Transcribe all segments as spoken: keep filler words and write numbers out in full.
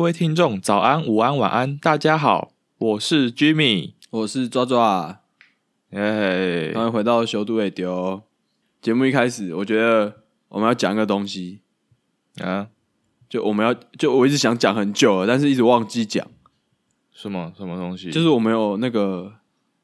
位听众早安、午安、晚安，大家好，我是 Jimmy， 我是抓抓， 哎， 欢迎回到修都会丢。节目一开始，我觉得我们要讲一个东西啊， 就我们要就我一直想讲很久了，但是一直忘记讲。 什么什么东西？ 就是我们有那个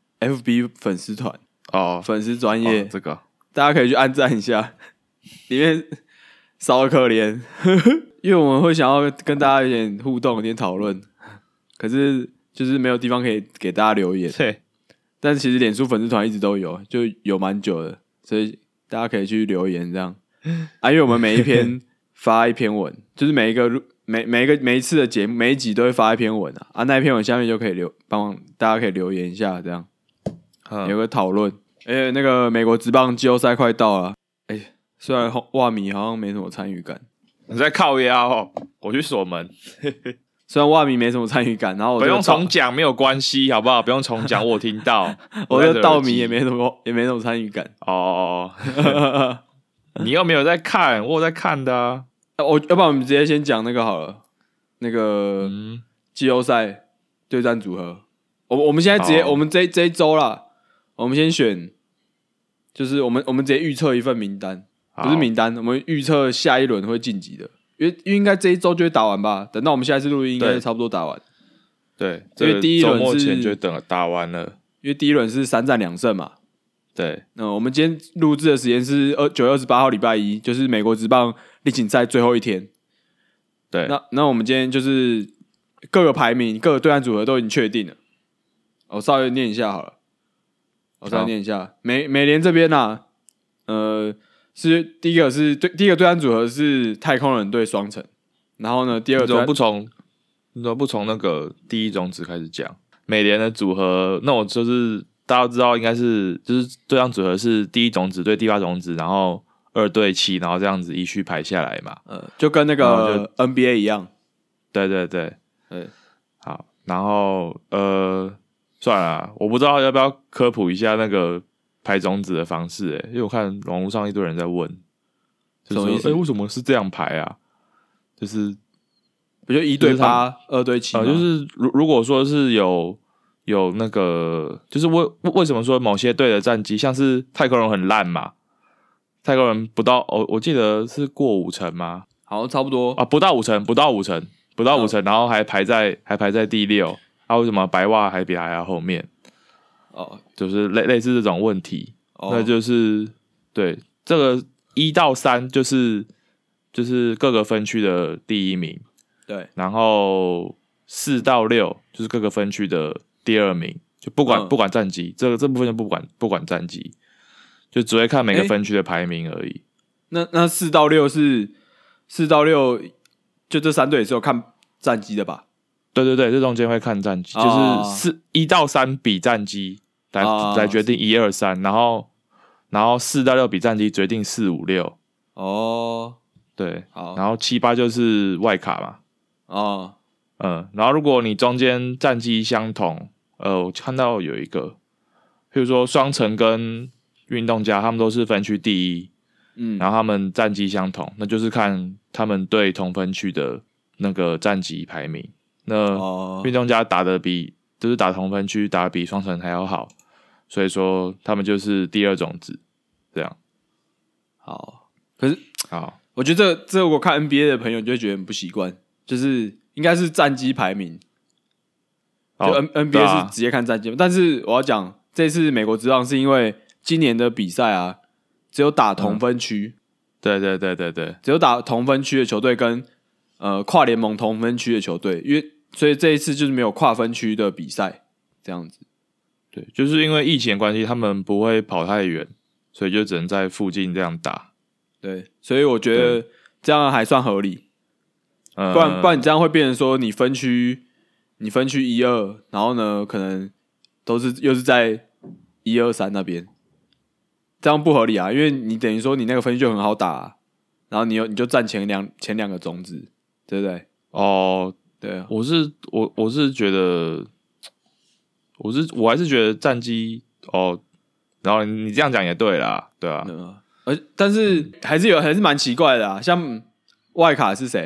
F B 粉丝团哦， 粉丝专业、 哦，这个大家可以去按赞一下，里面少得可怜，因为我们会想要跟大家有点互动、有点讨论，可是就是没有地方可以给大家留言。 对， 但是其实脸书粉丝团一直都有，就有蛮久的，所以大家可以去留言这样啊。因为我们每一篇发一篇文，就是每一个每每一个每一次的节目每一集都会发一篇文啊，啊那一篇文下面就可以留帮忙大家可以留言一下，这样、嗯、有个讨论。而且那个美国职棒季后赛快到了，哎、欸，虽然袜迷好像没什么参与感， 你在靠腰哦，我去锁门。 虽然袜迷没什么参与感，然后我不用重讲没有关系，好不好？不用重讲，我有听到。 我的道迷也没什么也没什么参与感哦。你又没有在看，我有在看的啊。 我要不然我们直接先讲那个好了，那个季后赛对战组合。我我们现在直接、哦、我们这这一周啦，我们先选，就是我们我们直接预测一份名单，不是名单，我们预测下一轮会晋级的。因为因为应该这一周就会打完吧，等到我们下一次录音应该差不多打完。 对， 因为第一轮是周末前就等了打完了， 因为第一轮是三战两胜嘛。 对， 那我们今天录制的时间是九月二十八号礼拜一，就是美国职棒例行赛最后一天。 对， 那那我们今天就是各个排名、各个对战组合都已经确定了。我稍微念一下好了，我稍微念一下。美美联这边啊，呃。是第一个是对第一个对战组合是太空人对双城，然后呢，第二个你怎么不从你怎么不从那个第一种子开始讲？美联的组合，那我就是大家都知道应该是就是对战组合是第一种子对第八种子，然后二对七，然后这样子依序排下来嘛， 呃，就跟那个 N B A 一样。 对对对， 对， 好，然后呃，算了啦，我不知道要不要科普一下那个。排种子的方式、欸，因为我看网络上一堆人在问，就是说，哎、欸，为什么是这样排啊？就是不就一对八、二对七、 呃，就是如如果说是有有那个，就是为为什么说某些队的战绩，像是太空人很烂嘛？太空人不到，我、哦、我记得是过五成吗？ 好，差不多啊，不到五成，不到五成，不到五成，然后还排在还排在第六，啊，为什么白袜还比他还要后面？ 哦， 就是类类似这种问题，哦、那就是对这个一到三就是就是各个分区的第一名， 对， 然后四到六就是各个分区的第二名，就不管、嗯、不管战绩，这个这部分就不管不管战绩，就只会看每个分区的排名而已。欸、 那那四到六是四到六，就这三队也是有看战绩的吧？ 对对对，这中间会看战绩，哦、就是四一到三比战绩来、哦、来决定一二三，然后然后四到六比战绩决定四五六。 哦， 对， 好， 然后七八就是外卡嘛。 哦， 嗯，然后如果你中间战绩相同，呃，我看到有一个，譬如说双城跟运动家，他们都是分区第一，嗯，然后他们战绩相同，那就是看他们对同分区的那个战绩排名。那运动家打得比就是打同分区打得比双城还要好，所以说他们就是第二种子，这样。 好，可是好， 我觉得这这我看 N B A 的朋友就会觉得很不习惯，就是应该是战绩排名，就 N、哦、N B A 是直接看战绩、啊，但是我要讲这次美国职棒是因为今年的比赛啊，只有打同分区、嗯， 对对对对对， 只有打同分区的球队跟呃跨联盟同分区的球队，因为。所以这一次就是没有跨分区的比赛，这样子。 对，就是因为疫情的关系，他们不会跑太远，所以就只能在附近这样打。 对，所以我觉得这样还算合理。嗯，不然不然你这样会变成说，你分区你分区一二，然后呢，可能都是又是在一二三那边，这样不合理啊！因为你等于说你那个分区就很好打、啊，然后你又你就占前两前两个种子，对不对？ 哦。 对啊， 我是我我是觉得，我是我还是觉得战绩哦，然后你这样讲也对啦，对啊， 而、嗯、但是还是有还是蛮奇怪的啊，像外卡是谁？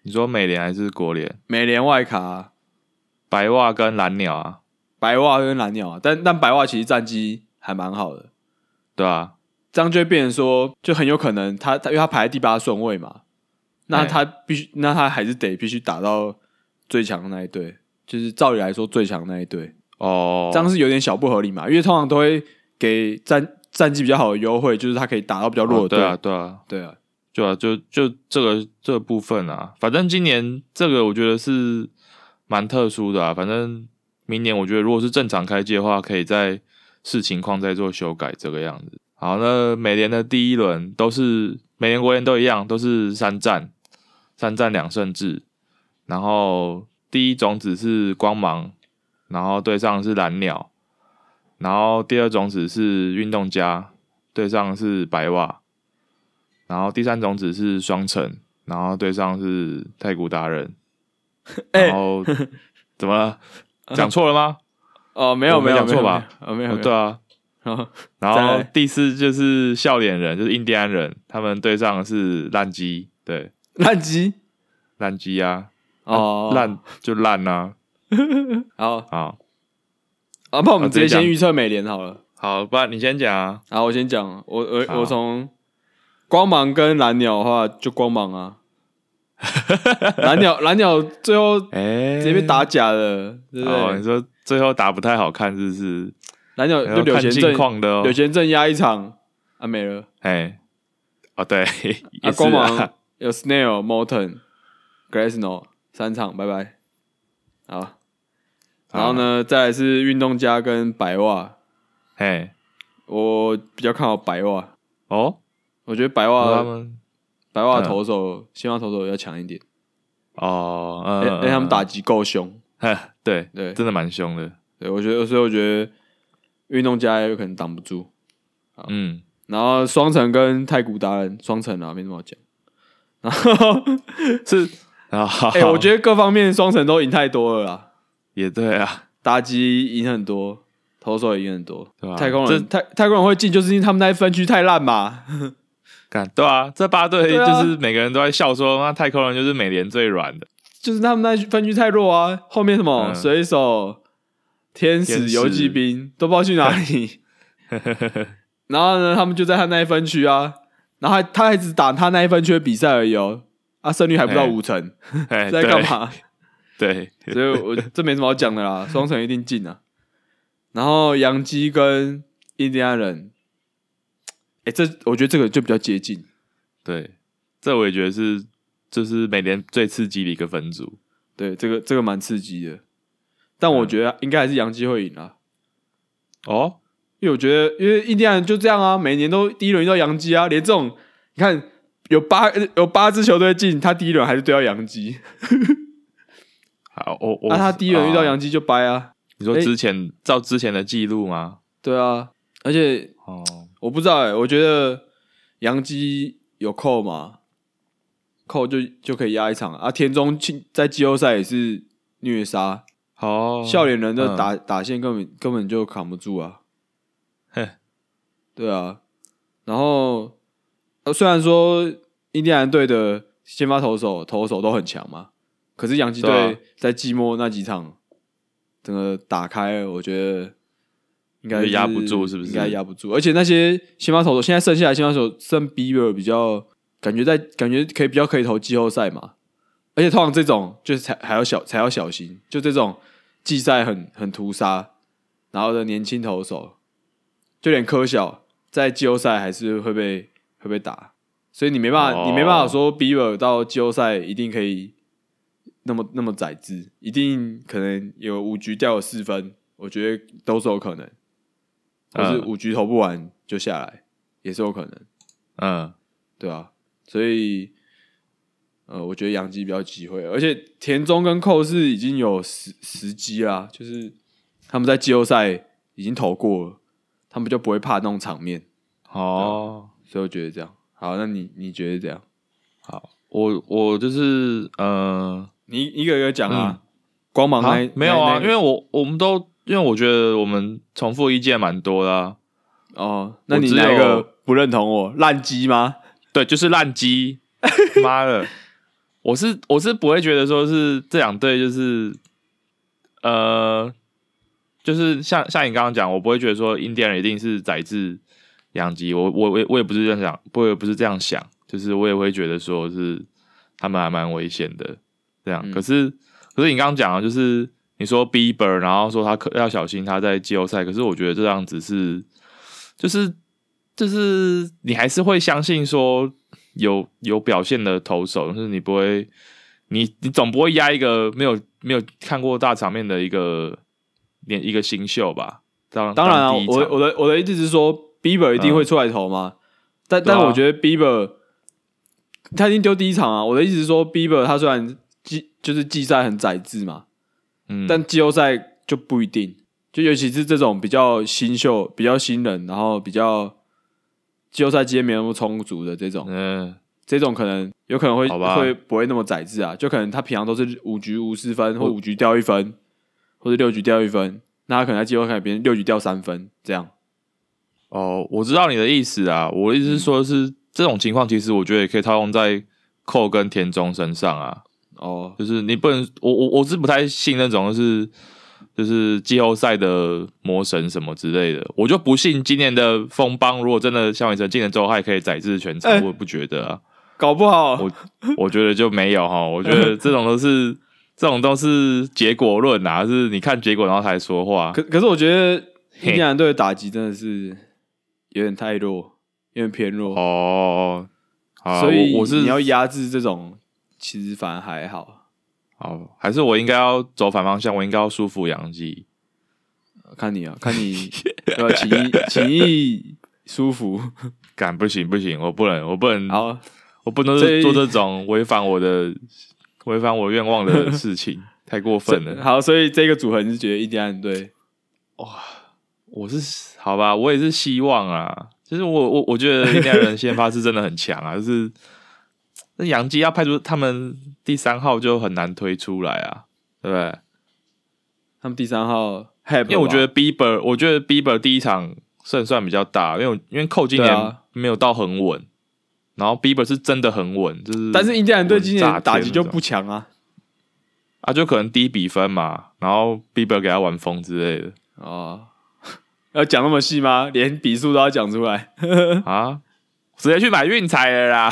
你说美联还是国联？ 美联外卡、啊， 白袜跟蓝鸟啊， 白袜跟蓝鸟啊，但但白袜其实战绩还蛮好的， 对啊， 这样就会变成说，就很有可能他他因为他排在第八顺位嘛，那他必须那他还是得必须打到最强的那一队，就是照理来说最强的那一队哦， 这样是有点小不合理嘛，因为通常都会给战战绩比较好的优惠，就是他可以打到比较弱的队、 哦，对啊，对啊， 对啊， 对啊，就就这个这个部分啊，反正今年这个我觉得是蛮特殊的啊，反正明年我觉得如果是正常开季的话，可以再视情况再做修改这个样子。好，那美联的第一轮都是美联国联都一样，都是三战，三战两胜制。然后第一种子是光芒，然后对上是蓝鸟，然后第二种子是运动家，对上是白袜，然后第三种子是双城，然后对上是太古达人。然后、欸、怎么了？讲错了吗？ 哦，没有没有讲错吧？ 哦，没有， 哦对啊。然后第四就是笑脸人，就是印第安人，他们对上的是烂鸡，对， 烂鸡， 烂鸡啊， 哦， 烂就烂啊。 好好， 啊，不然我们直接先预测美联好了。 好，不然你先讲啊。 好，我先讲，我我我从光芒跟蓝鸟的话，就光芒啊。蓝鸟蓝鸟最后直接被打假了，对不对？ 哦，你说最后打不太好看，是不是？ 蓝鸟就柳贤镇的、哦， 柳贤镇压一场啊没了。 哎，哦对， 啊光芒有 Snail、Morton、Glasnow 三场，拜拜。好，然后呢，再来是运动家跟白袜。 嘿， 我比较看好白袜。 哦， 我觉得白袜他们白袜投手，先发投手要强一点。 哦， 嗯，因为他们打击够凶。 对对， 真的蛮凶的。 对，我觉得，所以我觉得运动家有可能挡不住。嗯，然后双城跟太古达人，双城啊，没什么好讲。然后是啊，哎、欸，我觉得各方面双城都赢太多了啦。 也对啊， 打击赢很多，投手也赢很多。 对吧、啊？ 太空人太太空人会进，就是因为他们那分区太烂嘛。 干对啊，这八队就是每个人都在笑说，那、啊、太空人就是美联最软的， 就是他们那分区太弱啊。后面什么、嗯、水手、天使、游击兵都不知道去哪里。然后呢，他们就在他那一分区啊，然后他他还只打他那一分区的比赛而已哦，啊，胜率还不到五成，在干嘛？ 对， 所以我这没什么好讲的啦，双城一定进啊。然后洋基跟印第安人。欸、这我觉得这个就比较接近， 对，这我也觉得是，就是美联最刺激的一个分组， 对，这个这个蛮刺激的，但我觉得应该还是洋基会赢啦。 哦， 因为我觉得，因为印第安人就这样啊，每年都第一轮遇到洋基啊，连这种你看有八有八支球队进，他第一轮还是对到洋基。 好，我我那、啊、他第一轮遇到洋基就掰啊。 你说之前、欸、照之前的记录吗？ 对啊，而且哦。 我不知道哎、欸，我觉得洋基有扣嘛，扣就就可以压一场啊。田中在季后赛也是虐杀， 哦， 笑脸人的打、嗯、打线根本根本就扛不住啊。对啊，然后虽然说印第安队的先发投手投手都很强嘛，可是洋基队在季末那几场整个打开了，我觉得。应该压不住，是不是？ 应该压不住，而且那些先发投手，现在剩下来先发投手剩 Bieber 比较感觉在感觉可以比较可以投季后赛嘛，而且通常这种就是才还要小才要小心，就这种季赛很很屠杀，然后的年轻投手，就连科小在季后赛还是会被会被打，所以你没办法，哦、你没办法说 Bieber 到季后赛一定可以那么那么宰制，一定可能有五局掉有四分，我觉得都是有可能。或是五局投不完就下来，嗯、也是有可能。嗯，对啊，所以呃，我觉得洋基比较机会，而且田中跟寇是已经有时时机啦，就是他们在季后赛已经投过了，他们就不会怕那种场面。哦，所以我觉得这样。好，那你你觉得这样？ 好，我我就是呃， 你一个一个讲啊。嗯、光芒那、啊、 没有啊，因为我我们都。因为我觉得我们重复意见蛮多的啊。 哦，那你哪一个不认同我？烂鸡吗？ 对，就是烂鸡。妈的， 我是我是不会觉得说是这两队就是呃，就是像像你刚刚讲，我不会觉得说印第安人一定是宰制洋基，我我我也不是这样想，不不是这样想，就是我也会觉得说是他们还蛮危险的这样。嗯、可是可是你刚刚讲的就是你说 Bieber， 然后说他可要小心他在季后赛，可是我觉得这样子是就是就是你还是会相信说有有表现的投手，就是你不会你你总不会压一个没有没有看过大场面的一个一个新秀吧？当当然啊，我我的我的意思是说。Bieber 一定会出来投吗？嗯、但但我觉得 Bieber 他已经丢第一场啊。我的意思是说 ，Bieber 他虽然季就是季赛很宰制嘛，嗯，但季后赛就不一定。就尤其是这种比较新秀、比较新人，然后比较季后赛经验没那么充足的这种，嗯，这种可能有可能会会不会那么宰制啊？就可能他平常都是五局五四分，或五局掉一分，或者六局掉一分，那他可能在季后赛变成六局掉三分这样。 哦，我知道你的意思啊。我的意思是说是，是、嗯、这种情况，其实我觉得也可以套用在寇跟田中身上啊。哦，就是你不能，我我我是不太信那种就是就是季后赛的魔神什么之类的。我就不信今年的风邦，如果真的像伟成进了之后，还可以宰制全场，欸、我也不觉得啊。 搞不好， 我我觉得就没有哈。我觉得这种都是这种都是结果论啊，是你看结果然后才说话。 可可是我觉得印第安队的打击真的是。有点太弱，有点偏弱哦， 所以我是你要压制这种，其实反而还好。 好，还是我应该要走反方向，我应该要舒服洋基。 看你啊，看你对吧？情谊情谊舒服， 干不行不行，我不能我不能，好，我不能做这种违反我的违反我愿望的事情，太过分了。 好，所以这个组合你是觉得印第安队哇？我是好吧，我也是希望啊。就是我我我觉得印第安人先发是真的很强啊，就是那洋基要派出他们第三号就很难推出来啊，对不对？ 他们第三号 Happ， 因为我觉得 Bieber， 我觉得 Bieber 第一场胜算比较大，因为因为寇今年没有到很稳，然后 Bieber 是真的很稳，就是但是印第安队今年打击就不强啊， 啊就可能低比分嘛，然后 Bieber 给他玩疯之类的哦。要讲那么细吗？连比数都要讲出来啊！直接去买运彩了啦！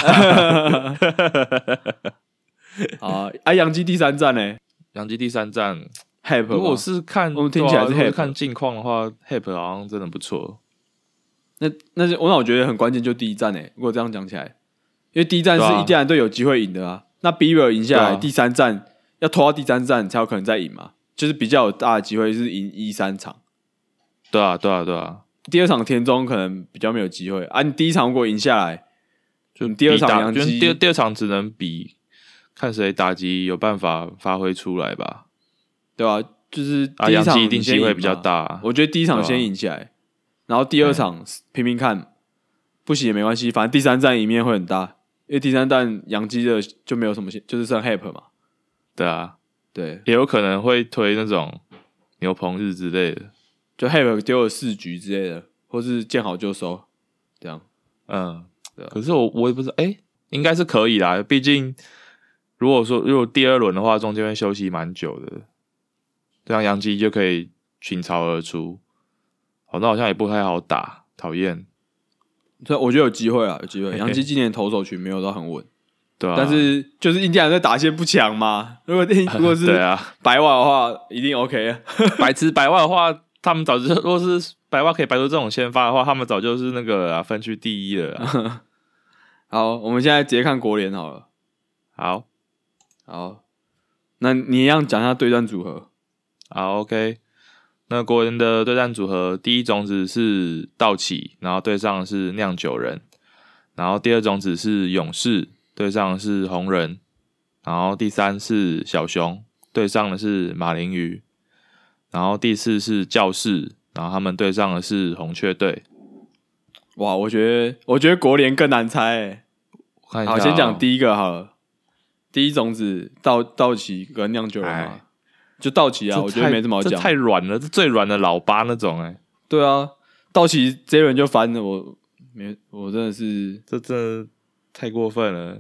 啊啊！洋基第三站呢？ 洋基第三站 ，Happ。 如果是看， 我们听起来是 Happ， 看近况的话 ，Happ 好像真的不错。 那那我那我觉得很关键，就第一站呢。如果这样讲起来，因为第一站是印第安队有机会赢的啊。那 Bieber 赢下来，第三站要拖到第三站才有可能再赢嘛，就是比较有大的机会是赢一三场。 对啊，对啊，对啊。 第二场田中可能比较没有机会啊。你第一场如果赢下来，就你第二场洋基， 第二第二场只能比看谁打击有办法发挥出来吧， 对吧、啊？就是第一场一定机会比较大、啊。 我觉得第一场先赢下来，啊、然后第二场拼拼看，不行也没关系，反正第三站赢面会很大，因为第三站洋基的就没有什么，就是剩 Happ 嘛。 对啊， 对， 也有可能会推那种牛棚日之类的。 就 Happ 丢了四局之类的，或是见好就收，这样。 嗯，对。可是我我也不知道，哎、欸，应该是可以啦。毕竟如果说如果第二轮的话，中间会休息蛮久的，这样洋基就可以倾巢而出。好，那好像也不太好打，讨厌。 所以我觉得有机会啊，有机会。洋基今年投手群没有到很稳， 对啊。 但是就是印第安队打线不强嘛。如果如果是白袜的话，一定 OK 啊。 白痴白袜的话。他们早就，如果是白袜可以摆出这种先发的话，他们早就是那个、啊、分区第一了、啊。 好，我们现在直接看国联好了。 好， 好，那你一样讲一下对战组合。 好 ，OK。那国联的对战组合，第一种子是道奇，然后对上的是酿酒人；然后第二种子是勇士，对上的是红人；然后第三是小熊，对上的是马林鱼。然后第四是教士，然后他们对上的是红雀队。 哇，我觉得我觉得国联更难猜诶。 看一下、哦、 好，先讲第一个好了。第一种子道道奇跟酿酒人嘛，就道奇啊，我觉得没什么好讲。 这太软了，这最软的老八那种诶。 对啊，道奇这一轮就翻了，我没我真的是这真的太过分了。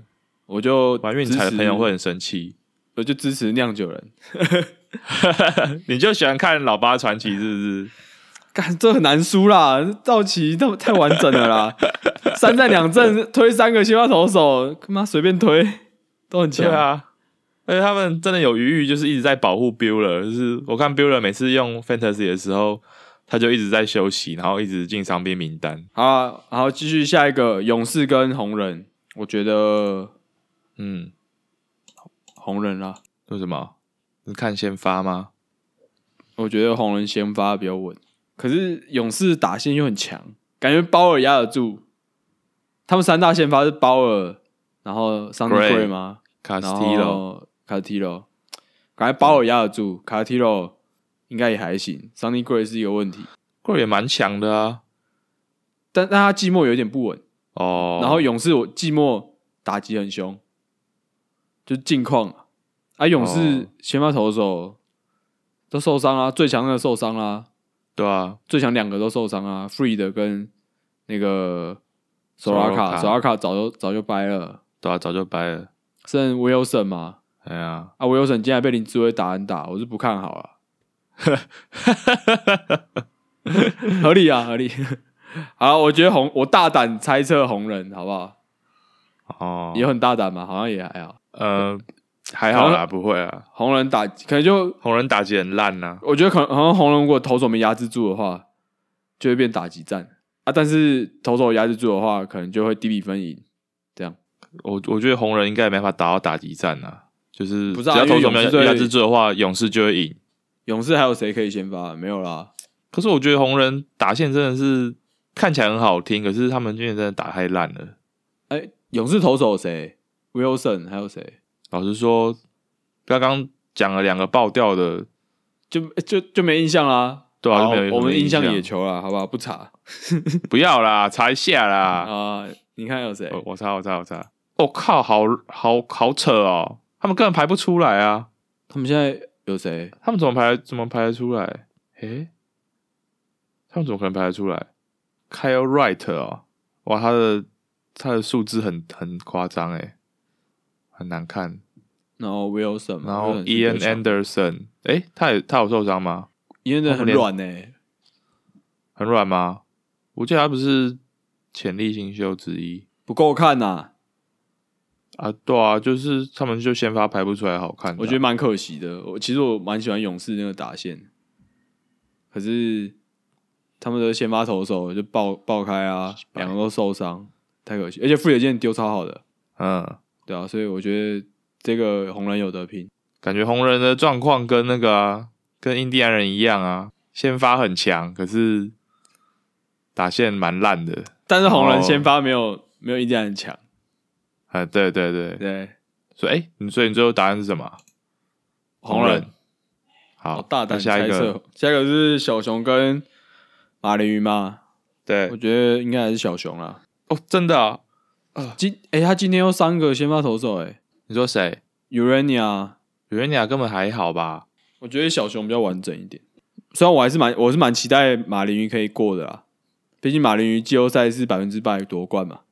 我就玩运彩的朋友会很生气， 我就支持酿酒人。 你就喜欢看老八传奇是不是？ 干这很难输啦，道奇太太完整了啦，三战两阵推三个先发投手，他妈随便推都很强。 对啊，而且他们真的有余裕，就是一直在保护 Buehler。就是我看 Buehler 每次用 Fantasy 的时候，他就一直在休息，然后一直进伤兵名单。 好、啊，然后继续下一个勇士跟红人，我觉得， 嗯， 红人啦。 为什么？你看先发吗？ 我觉得红人先发比较稳。可是勇士打线又很强，感觉鲍尔压得住。他们三大先发是鲍尔，然后桑迪格瑞吗？ 卡斯蒂罗， 卡斯蒂罗，感觉鲍尔压得住，卡斯蒂罗应该也还行。桑迪格瑞是一个问题， 格瑞也蛮强的啊， 但但他季末有点不稳哦。 然后勇士我季末打击很凶，就是近况啊。勇士先发投手都受伤啦，最强那个受伤啦。 对啊， 最强两个都受伤啊 ，Free 的跟那个 Soraka，Soraka 早就早就掰了， 对啊，早就掰了。 剩 Wilson 嘛， 哎呀， 啊 Wilson 竟然被林志伟打安打，我是不看好啊，合理啊，合理。好，我觉得红，我大胆猜测红人，好不好？ 哦， 也很大胆嘛，好像也还好。 呃，还好啦，不会啊。 红人打可能就红人打击很烂呐、啊， 我觉得可能好像红人如果投手没压制住的话，就会变打击战啊。但是投手压制住的话，可能就会低比分赢。这样， 我我觉得红人应该也没法打到打击战啊。就是不是、啊、 只要投手没有压制住的话，勇士就会赢。 勇士还有谁可以先发？没有啦。 可是我觉得红人打线真的是看起来很好听，可是他们今年真的打太烂了。 哎、欸，勇士投手谁 ？Wilson 还有谁？ 老实说，刚刚讲了两个爆掉的， 就就就没印象啦。 对啊，就没有我们印象野野球啦，好不好？不查， 不要啦，查一下啦。 啊、呃，你看有谁？ 我查，我查，我查。我、哦、靠，好好好扯哦，他们根本排不出来啊。 他们现在有谁？ 他们怎么排？怎么排得出来？诶，他们怎么可能排得出来 ？Kyle Wright 哦，哇，他的他的数字很很夸张诶，很难看。 然后 Wilson， 然后 Ian Anderson， 诶，他也他有受伤吗 ？Ian 的很软诶， 很软吗？我记得他不是潜力新秀之一， 不够看呐、啊。 啊，对啊，就是他们就先发排不出来好看的、啊， 我觉得蛮可惜的。我其实我蛮喜欢勇士那个打线，可是他们的先发投手就爆爆开啊，两个都受伤，太可惜。而且富野健丢超好的， 嗯， 对啊，所以我觉得这个红人有得拼。 感觉红人的状况跟那个啊，跟印第安人一样啊，先发很强，可是打线蛮烂的。 但是红人先发没有没有印第安人强。 啊，对对对对， 所以哎，你所以你最后答案是什么？ 红人。 好， 大胆下一个， 下一个是小熊跟马林鱼嘛？ 对， 我觉得应该还是小熊啦。 哦，真的啊？ 呃、今哎、欸，他今天又三个先发投手哎、欸。 你说谁 ？Urania，Urania 根本还好吧？ 我觉得小熊比较完整一点。虽然我还是蛮我是蛮期待马林鱼可以过的啦，毕竟马林鱼季后赛是百分之百夺冠嘛。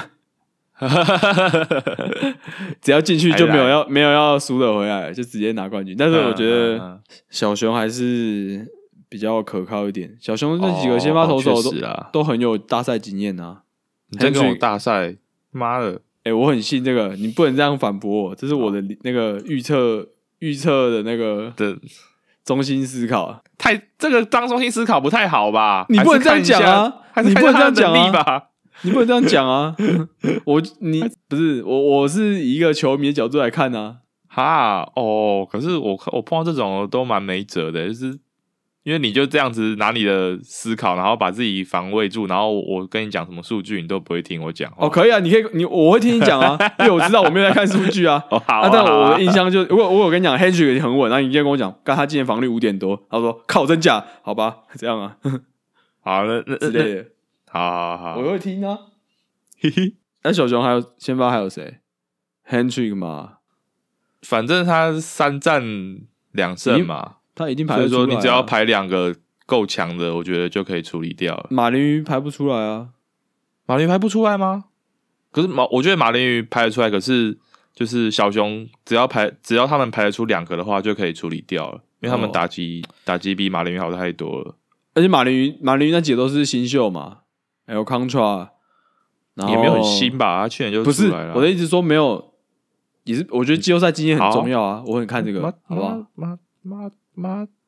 只要进去就没有要没有要输的回来，就直接拿冠军。但是我觉得小熊还是比较可靠一点。小熊那几个先发投手都、哦、都很有大赛经验啊。 你在跟我大赛，妈的！ 哎、欸，我很信这个，你不能这样反驳我，这是我的那个预测预测的那个的中心思考。 太这个当中心思考不太好吧？ 你不能这样讲啊！你不能这样讲啊！ 你不能这样讲啊！我你不是我，我是以一个球迷的角度来看啊。 哈哦，可是我我碰到这种都蛮没辙的，就是因为你就这样子拿你的思考，然后把自己防卫住，然后我跟你讲什么数据，你都不会听我讲。 哦，可以啊，你可以，你我会听你讲啊，因为我知道我没有在看数据啊。 哦，好啊。 啊但我的印象就，如果我有跟你讲 Hendrick 很稳，然后你今天跟我讲，刚他今年防率五点多，他说靠真假，好吧，这样啊。 好，那那之类的， 好好好， 我会听啊。 嘿嘿， 那小熊还有先发还有谁 ？Hendrick 嘛， 反正他三战两胜嘛， 他已经排得出来、啊。 所以说你只要排两个够强的，我觉得就可以处理掉了。 马林鱼排不出来啊， 马林鱼排不出来吗？ 可是马我觉得马林鱼排得出来，可是就是小熊只要排只要他们排得出两个的话，就可以处理掉了，因为他们打击、哦、打击比马林鱼好太多了。 而且马林鱼马林鱼那几个都是新秀嘛，还有 Contra， 也没有很新吧？他去年就出来了。 不是我的意思说没有，也是我觉得季后赛经验很重要啊，我很看这个，好不好？ 妈妈妈妈。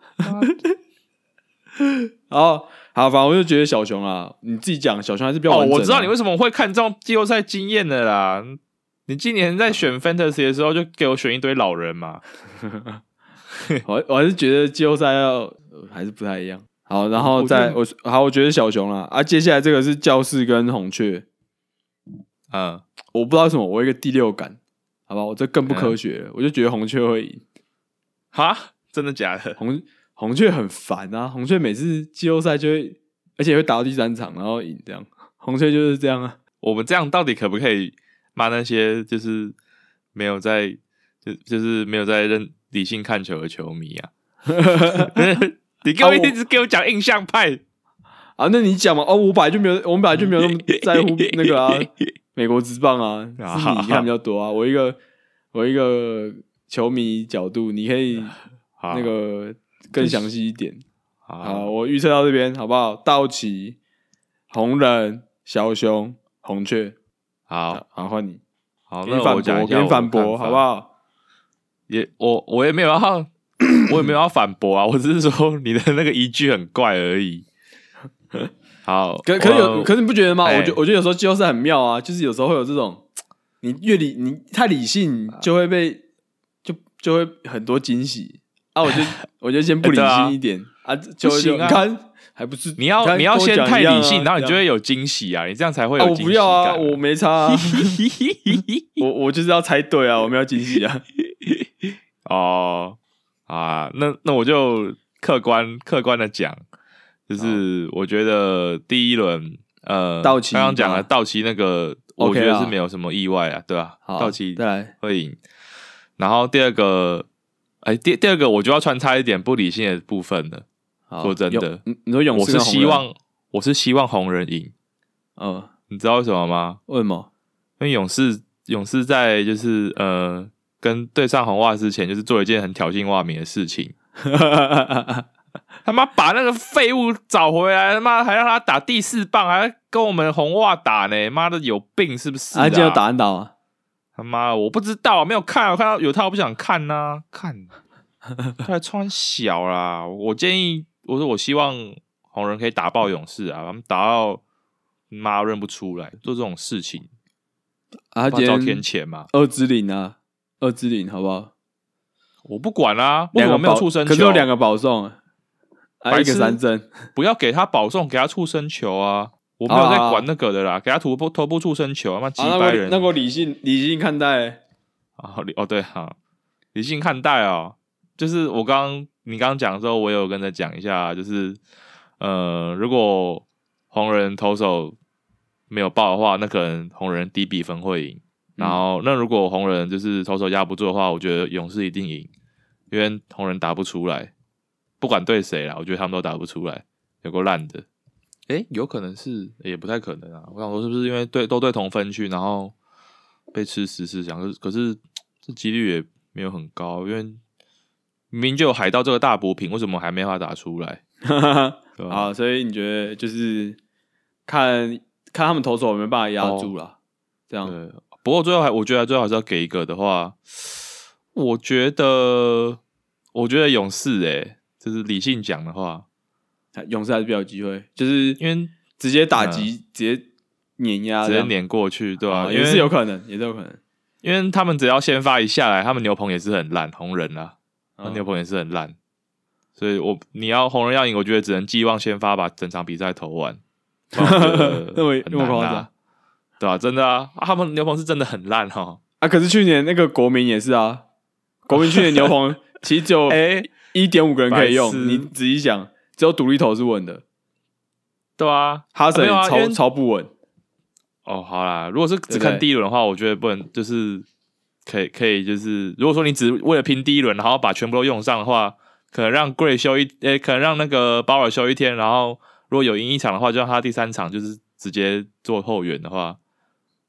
好好，反正我就觉得小熊啊，你自己讲，小熊还是比较完整、啊。 哦，我知道你为什么会看中季后赛经验的啦。你今年在选 Fantasy 的时候，就给我选一堆老人嘛。 我我还是觉得季后赛要、呃、还是不太一样。好，然后再我好，我觉得小熊啦啊，接下来这个是教士跟红雀。嗯，我不知道为什么，我有一个第六感，好吧，我这更不科学了，嗯、我就觉得红雀会赢。 哈，真的假的？ 红红雀很烦啊，红雀每次季后赛就会，而且会打到第三场然后赢，这样。红雀就是这样啊。 我们这样到底可不可以骂那些就是没有在就就是没有在认理性看球的球迷啊？你给我一直给我讲印象派啊？那你讲嘛？哦，我本来就没有，我们本来就没有那么在乎那个啊，美国职棒啊，是你看比较多啊。我一个我一个球迷角度，你可以那个更详细一点。好，我预测到这边好不好？道奇、红人、小熊、红雀。 好， 好换你。 好， 那我讲一下，给你反驳好不好？ 也我我也没有要，我也没有要反驳啊，我只是说你的那个依据很怪而已。好， 可可是有，可是你不觉得吗？我觉我觉得有时候季后赛很妙啊，就是有时候会有这种，你越理你太理性，就会被就就会很多惊喜啊！我就我就先不理性一点啊，就就你看还不是你要你要先太理性，然后你就会有惊喜啊，你这样才会有惊喜感。 我不要啊，我没差啊，我我就是要猜对啊，我没有惊喜啊。 哦啊，那那我就客观客观的讲，就是我觉得第一轮呃， 道奇刚刚讲了道奇那个，我觉得是没有什么意外啊，对吧？道奇会赢。然后第二个，哎，第第二个我就要穿插一点不理性的部分了。说真的， 你说勇士， 我是希望我是希望红人赢。 嗯， 你知道为什么吗？ 为什么？ 因为勇士勇士在就是呃。跟对上红袜之前，就是做一件很挑衅袜迷的事情。他妈把那个废物找回来，他妈还让他打第四棒，还跟我们红袜打呢！妈的有病是不是、啊？ 他今天有打安打啊？ 他妈我不知道，没有看，我看到有他我不想看呐、啊，看他还穿小啦。我建议，我说我希望红人可以打爆勇士啊，他们打到妈认不出来，做这种事情啊， 遭天谴嘛， 二之零啊。二之零好不好？ 我不管啦、啊，为什么没有触身球？ 可是有两个保送啊，啊一个三振， 不要给他保送，给他触身球啊！我没有在管那个的啦，啊、给他头部头部触身球，他妈几百人、 啊。那个理性理性看待啊，哦对哈，理性看待哦，就是我刚你刚刚讲的时候，我有跟他讲一下，就是呃，如果红人投手没有爆的话，那可能红人低比分会赢。然后，那如果红人就是投手压不住的话，我觉得勇士一定赢，因为红人打不出来，不管对谁啦，我觉得他们都打不出来，有够烂的。诶，有可能是，也不太可能啊。我想说，是不是因为对都对同分区，然后被吃十四强？可是可是这几率也没有很高，因为明明就有海盗这个大补品，为什么还没法打出来？ 啊，所以你觉得就是看看他们投手有没有办法压住啦、哦、这样。 对。不过最后还，我觉得最后还是要给一个的话，我觉得，我觉得勇士诶、欸，就是理性讲的话， 勇士还是比较有机会，就是因为直接打击、嗯、直接碾压， 直接碾过去，对吧、啊？ 也是有可能，也是有可能， 因为他们只要先发一下来，他们牛棚也是很烂，红人啊，嗯、牛棚也是很烂，所以我你要红人要赢，我觉得只能寄望先发把整场比赛投完，那么那么夸张。 对啊，真的啊，啊他们牛棚是真的很烂哈、哦、 啊！可是去年那个国民也是啊，国民去年牛棚其实只有一点五个人可以用，你仔细想，只有独立头是稳的， 对啊， 哈森超、啊、超不稳。 哦，好啦，如果是只看第一轮的话，我觉得不能，就是可以可以，就是如果说你只为了拼第一轮，然后把全部都用上的话，可能让 Gray 休一，诶、欸，可能让那个鲍尔休一天，然后如果有赢一场的话，就让他第三场就是直接做后援的话。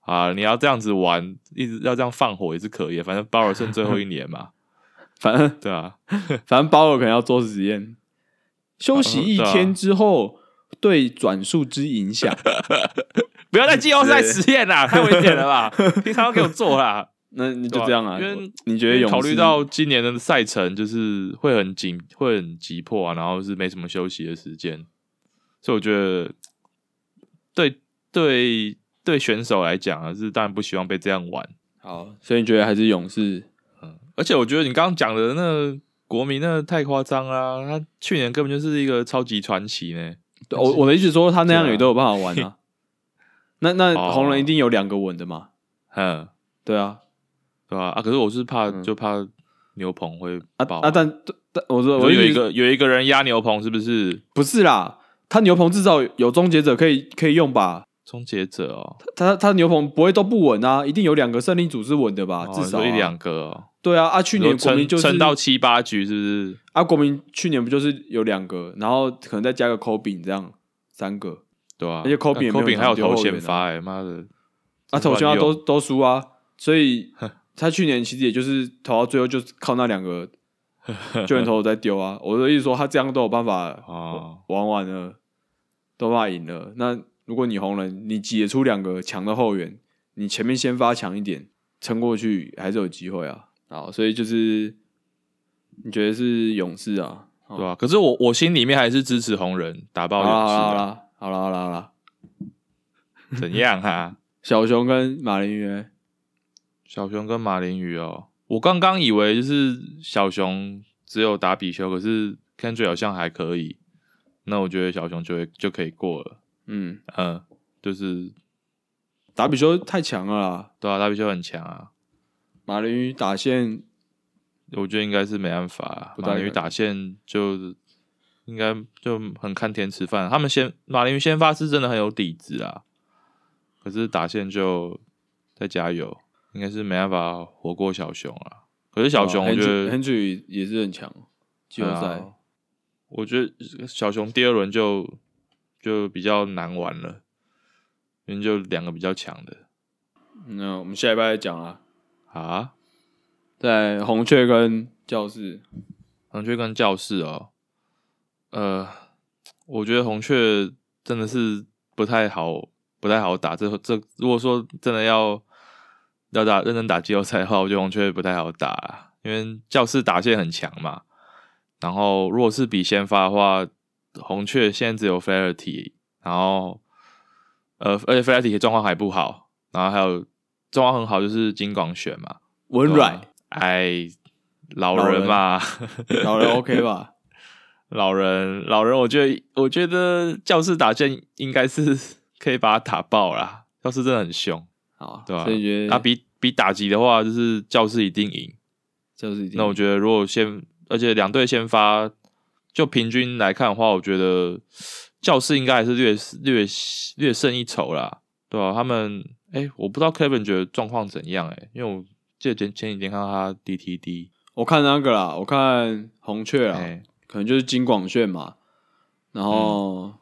啊，你要这样子玩，一直要这样放火也是可以，反正鲍尔剩最后一年嘛， 反正对啊， 反正鲍尔可能要做实验，休息一天之后对转速之影响， 不要在季后赛实验啦，太危险了吧？平常要给我做啦。 那你就这样啊？ 因为你觉得勇士考虑到今年的赛程就是会很紧，会很急迫啊，然后是没什么休息的时间，所以我觉得对对对选手来讲啊，是当然不希望被这样玩。 好，所以你觉得还是勇士？ 嗯，而且我觉得你刚刚讲的那个国民那个太夸张啦，他去年根本就是一个超级传奇呢。 我我的意思说，他那样也都有办法玩啊。那那红人一定有两个稳的嘛？ 嗯， 对啊。 对啊，啊，可是我是怕，嗯、就怕牛棚会爆啊, 啊但但我说我有一个有一个人压牛棚，是不是？ 不是啦，他牛棚至少有终结者可以可以用吧？ 终结者哦， 他他牛棚不会都不稳啊，一定有两个胜利组是稳的吧？ 哦、 至少、啊、 一两个哦。 对啊，啊，去年国民就是撑到七八局，是不是？ 啊，国民去年不就是有两个，然后可能再加个 Kobe 这样三个， 对啊， 而且 Kobe 也没有 Kobe 还有投先啊发哎、欸，妈的， 啊，投先发都都输啊，所以。他去年其实也就是投到最后，就靠那两个救援投手在丢啊。我的意思说，他这样都有办法玩完了，都有办法赢了。那如果你红人，你挤得出两个强的后援，你前面先发强一点，撑过去还是有机会啊。好，所以就是你觉得是勇士啊， 对啊。可是我我心里面还是支持红人打爆勇士。 好啦好啦好啦好啦， 怎样啊？ 小熊跟马林鱼。 小熊跟马林鱼哦，我刚刚以为就是小熊只有打比修，可是 Kendrick 好像还可以，那我觉得小熊就会就可以过了。嗯嗯，就是打比修太强了啦， 对啊，打比修很强啊。 马林鱼打线， 我觉得应该是没办法、啊，马林鱼打线就应该就很看天吃饭。他们先马林鱼先发是真的很有底子啊，可是打线就再加油。应该是没办法活过小熊啊，可是小熊我觉得 Henry 也是很强，季后赛、啊， 我觉得小熊第二轮就就比较难玩了，因为就两个比较强的。 那我们下礼拜再讲啦。 啊， 在红雀跟教士， 红雀跟教士哦，呃，我觉得红雀真的是不太好，不太好打。这这如果说真的要。要打认真打季后赛的话，我觉得红雀不太好打、啊，因为教士打线很强嘛。然后如果是比先发的话，红雀现在只有 Flaherty， 然后呃，而且 Flaherty 的状况还不好，然后还有状况很好就是金广选嘛， 文软， 哎，老人嘛， 老人, 老人 OK 吧？ 老人老人，我觉得我觉得教士打线应该是可以把他打爆啦，教士真的很凶。 好， 对吧、啊？ 所以觉得啊，比比打击的话，就是教士一定赢， 教士一定赢。 那我觉得，如果先，而且两队先发，就平均来看的话，我觉得教士应该还是略略略胜一筹啦，对吧、啊？他们，哎、欸，我不知道 Kevin 觉得状况怎样、欸，哎，因为我记得前前几天看到他 D T D， 我看那个啦，我看红雀啦，欸、可能就是金广炫嘛，然后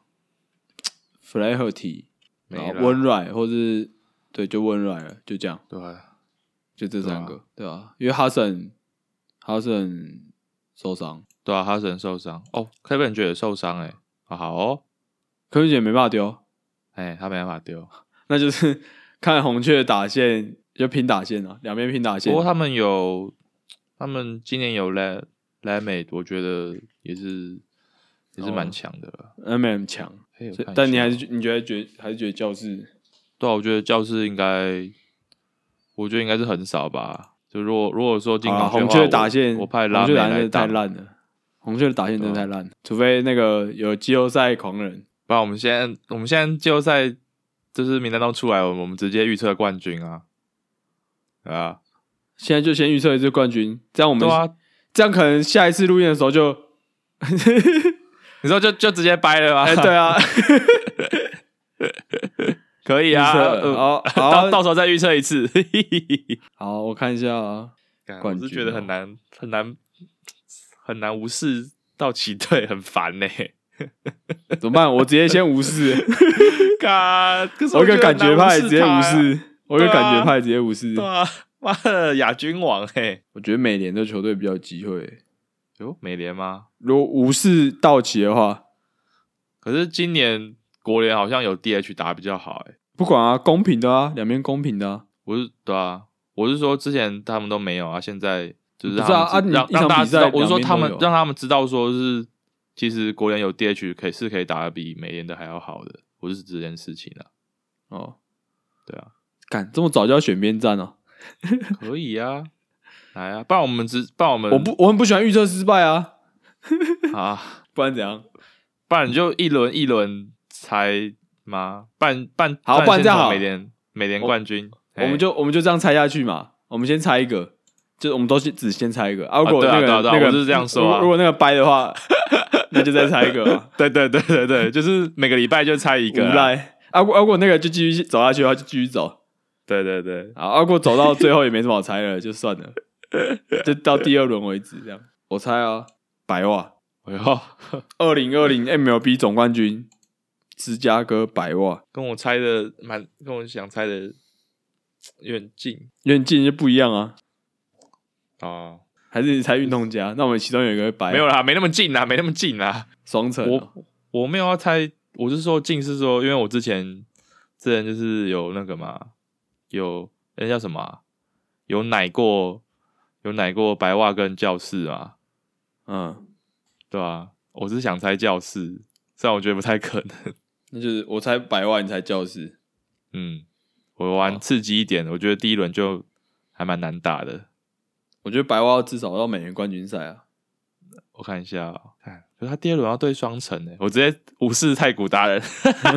Flaherty， 然后温软或是。对，就温软了，就这样。 对， 就这三个，对吧、啊啊？因为哈森，哈森受伤， 对啊，哈森受伤。哦 ，Kevin 觉得受伤，哎，啊好哦 ，Kevin 姐没办法丢， 哎，他没办法丢， 那就是看红雀打线，就拼打线啊，两边拼打线。 不过他们有，他们今年有 La Lamay， 我觉得也是也是蛮强的了 ，Lamay 很强，但你还是你觉得觉还是觉得教士？ 对啊，我觉得教士应该，我觉得应该是很少吧。就如果如果说金广红雀打线， 我派拉美来打， 太烂了。红雀的打线真的太烂了，除非那个有季后赛狂人。 不然我们现在我们现在季后赛就是名单都出来，我们直接预测冠军啊。啊， 现在就先预测一支冠军，这样我们、 啊、 这样可能下一次录音的时候就， 你说就就直接掰了吗？ 哎、欸，对啊。 可以啊， 呃、好，好到到时候再预测一次。 好，我看一下啊。 我是觉得很难，很难，很难无视道奇队，很烦呢、欸。 怎么办？我直接先无视。 可是我一个感觉派直接无视。 我就感觉派直接五四。 对啊，妈的亚军王嘿、欸！ 我觉得美联的球队比较有机会、欸。 哟，美联吗？ 如果五四到期的话， 可是今年国联好像有 D H 打比较好哎、欸。 不管啊，公平的啊，两边公平的啊。 我是对啊，我是说之前他们都没有啊，现在就是不是啊啊， 让让让大家知道， 我是说他们让他们知道说是其实国联有 D H 可以是可以打得比美联的还要好的，我是指这件事情啊。 哦， 对啊， 干这么早就要选边站哦？ 可以啊，来啊，不然我们只不然我们我不我们不喜欢预测失败啊。 啊， 不然怎样？ 不然你就一轮一轮猜吗？办办好，不然这样好， 美联美联冠军， 我们就我们就这样猜下去嘛。我们先猜一个，就我们都只先猜一个。啊，如果那个、 啊、 那个我是这样说、啊， 如果那个掰的话，那就再猜一个嘛。 对对对对对，就是每个礼拜就猜一个。 无赖啊！如果那个就继续走下去的话，就继续走。 对对对， 啊，如果走到最后也没什么好猜了，就算了，就到第二轮为止这样。我猜啊，白袜。 哎呦， 二零二零 M L B 总冠军，芝加哥白袜， 跟我猜的蛮，跟我想猜的有点近， 有点近就不一样啊。 哦， 还是你猜运动家？那我们其中有一个会白， 没有啦，没那么近啦，没那么近啦。 双城、 啊，我我没有要猜，我是说近是说，因为我之前之前就是有那个嘛，有人叫什么、啊，有奶过，有奶过白袜跟教士嘛， 嗯。 对啊，我是想猜教室，虽然我觉得不太可能。 那就是我猜百万，你猜教室。 嗯，我玩刺激一点，我觉得第一轮就还蛮难打的。 我觉得白袜至少到美联冠军赛啊。 我看一下、喔，看，可是他第二轮要对双城诶，我直接无视太古达人。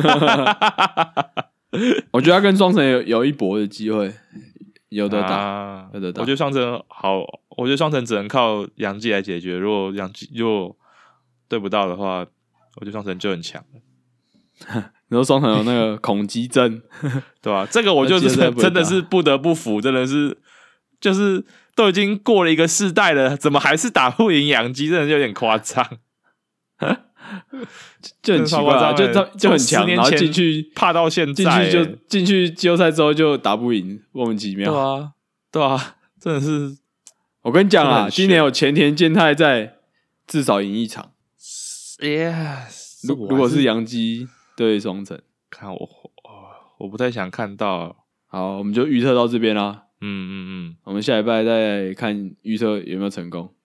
我觉得他跟双城有有一搏的机会，有的打， 啊、 有的打。 我觉得双城好，我觉得双城只能靠杨基来解决。如果杨基如果对不到的话，我觉得双城就很强了。 然后双城有那个恐基症， 对吧、啊？这个我就是真的是不得不服，真的是就是都已经过了一个世代了，怎么还是打不赢洋基？真的有点夸张， 就很奇怪、啊，就就很强，然后进去怕到现在， 进去就进去季后赛之后就打不赢，莫名其妙。 对啊，对啊，真的是。 我跟你讲啊，今年有前田健太在，至少赢一场。 Yes， 如如果是洋基对双城， 看我我不太想看到。 好，我们就预测到这边啦。 嗯嗯嗯， 我们下礼拜再看预测有没有成功。